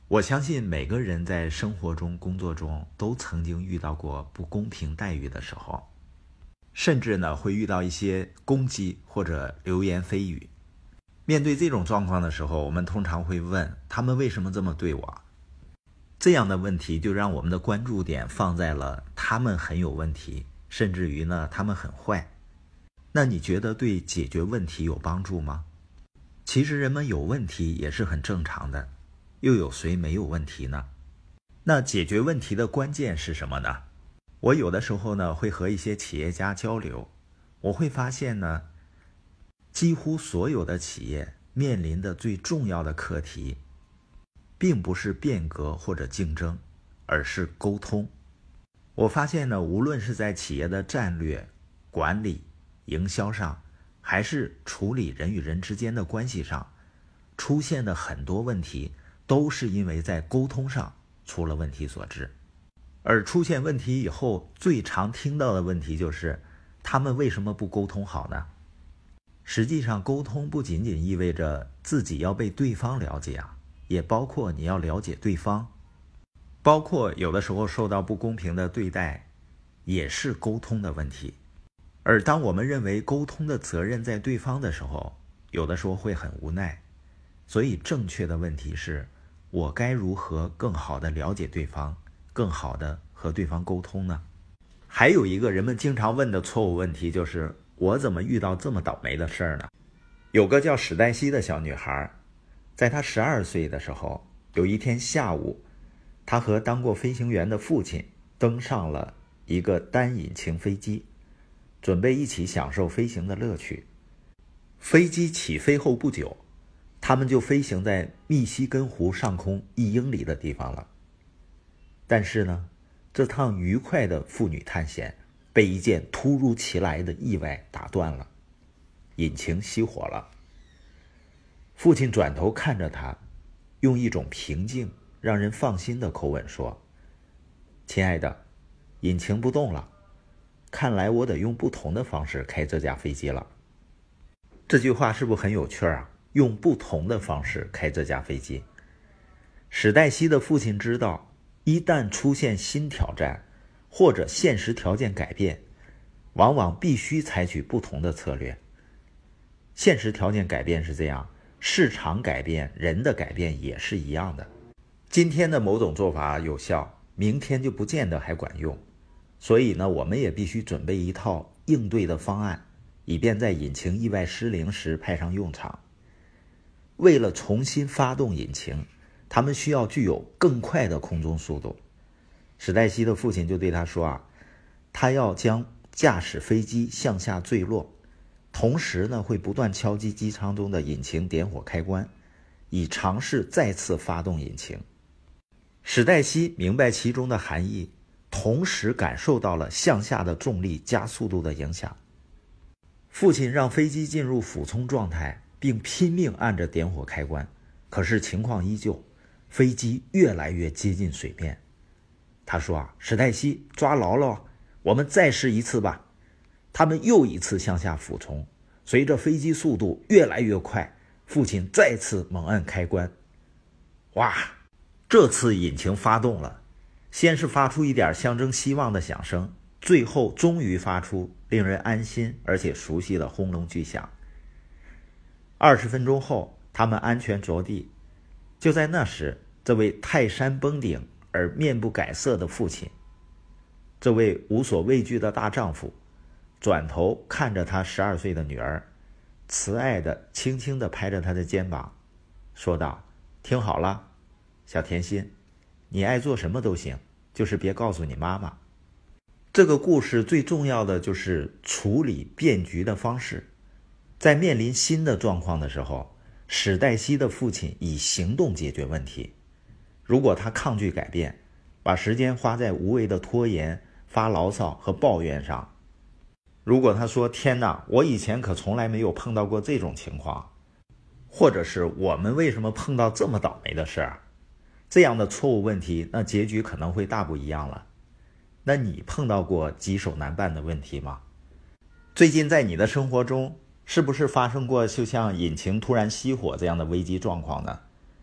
我相信每个人在生活中、工作中都曾经遇到过不公平待遇的时候，甚至呢会遇到一些攻击或者流言蜚语。面对这种状况的时候，我们通常会问他们为什么这么对我？这样的问题就让我们的关注点放在了他们很有问题，甚至于呢他们很坏。那你觉得对解决问题有帮助吗？其实人们有问题也是很正常的，又有谁没有问题呢？那解决问题的关键是什么呢？我有的时候呢会和一些企业家交流，我会发现呢，几乎所有的企业面临的最重要的课题，并不是变革或者竞争，而是沟通。我发现呢，无论是在企业的战略、管理、营销上，还是处理人与人之间的关系上，出现的很多问题都是因为在沟通上出了问题所致。而出现问题以后，最常听到的问题就是他们为什么不沟通好呢？实际上，沟通不仅仅意味着自己要被对方了解啊，也包括你要了解对方，包括有的时候受到不公平的对待，也是沟通的问题。而当我们认为沟通的责任在对方的时候，有的时候会很无奈。所以正确的问题是，我该如何更好地了解对方，更好地和对方沟通呢？还有一个人们经常问的错误问题就是，我怎么遇到这么倒霉的事儿呢？有个叫史黛西的小女孩，在她12岁的时候，有一天下午，她和当过飞行员的父亲登上了一个单引擎飞机，准备一起享受飞行的乐趣。飞机起飞后不久，他们就飞行在密西根湖上空1英里的地方了。但是呢，这趟愉快的父女探险被一件突如其来的意外打断了，引擎熄火了。父亲转头看着他，用一种平静让人放心的口吻说：亲爱的，引擎不动了，看来我得用不同的方式开这架飞机了。这句话是不是很有趣啊？用不同的方式开这架飞机。史黛西的父亲知道，一旦出现新挑战或者现实条件改变，往往必须采取不同的策略。现实条件改变是这样，市场改变、人的改变也是一样的。今天的某种做法有效，明天就不见得还管用。所以呢，我们也必须准备一套应对的方案，以便在引擎意外失灵时派上用场。为了重新发动引擎，他们需要具有更快的空中速度。史黛西的父亲就对他说他要将驾驶飞机向下坠落，同时呢会不断敲击机舱中的引擎点火开关，以尝试再次发动引擎。史黛西明白其中的含义，同时感受到了向下的重力加速度的影响。父亲让飞机进入俯冲状态，并拼命按着点火开关，可是情况依旧，飞机越来越接近水面。他说史黛西，抓牢了，我们再试一次吧。他们又一次向下俯冲，随着飞机速度越来越快，父亲再次猛按开关。哇，这次引擎发动了，先是发出一点象征希望的响声，最后终于发出令人安心而且熟悉的轰隆巨响。20分钟后，他们安全着地。就在那时，这位泰山崩顶而面不改色的父亲，这位无所畏惧的大丈夫，转头看着他12岁的女儿，慈爱地轻轻地拍着她的肩膀，说道：听好了，小甜心，你爱做什么都行，就是别告诉你妈妈。这个故事最重要的就是处理变局的方式。在面临新的状况的时候，史黛西的父亲以行动解决问题。如果他抗拒改变，把时间花在无谓的拖延、发牢骚和抱怨上，如果他说天哪，我以前可从来没有碰到过这种情况，或者是我们为什么碰到这么倒霉的事儿，这样的错误问题，那结局可能会大不一样了。那你碰到过棘手难办的问题吗？最近在你的生活中，是不是发生过就像引擎突然熄火这样的危机状况呢？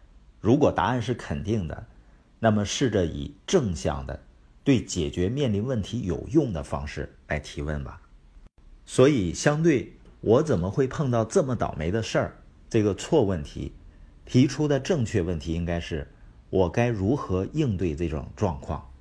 如果答案是肯定的，那么试着以正向的、对解决面临问题有用的方式来提问吧。所以相对我怎么会碰到这么倒霉的事儿这个错问题，提出的正确问题应该是我该如何应对这种状况。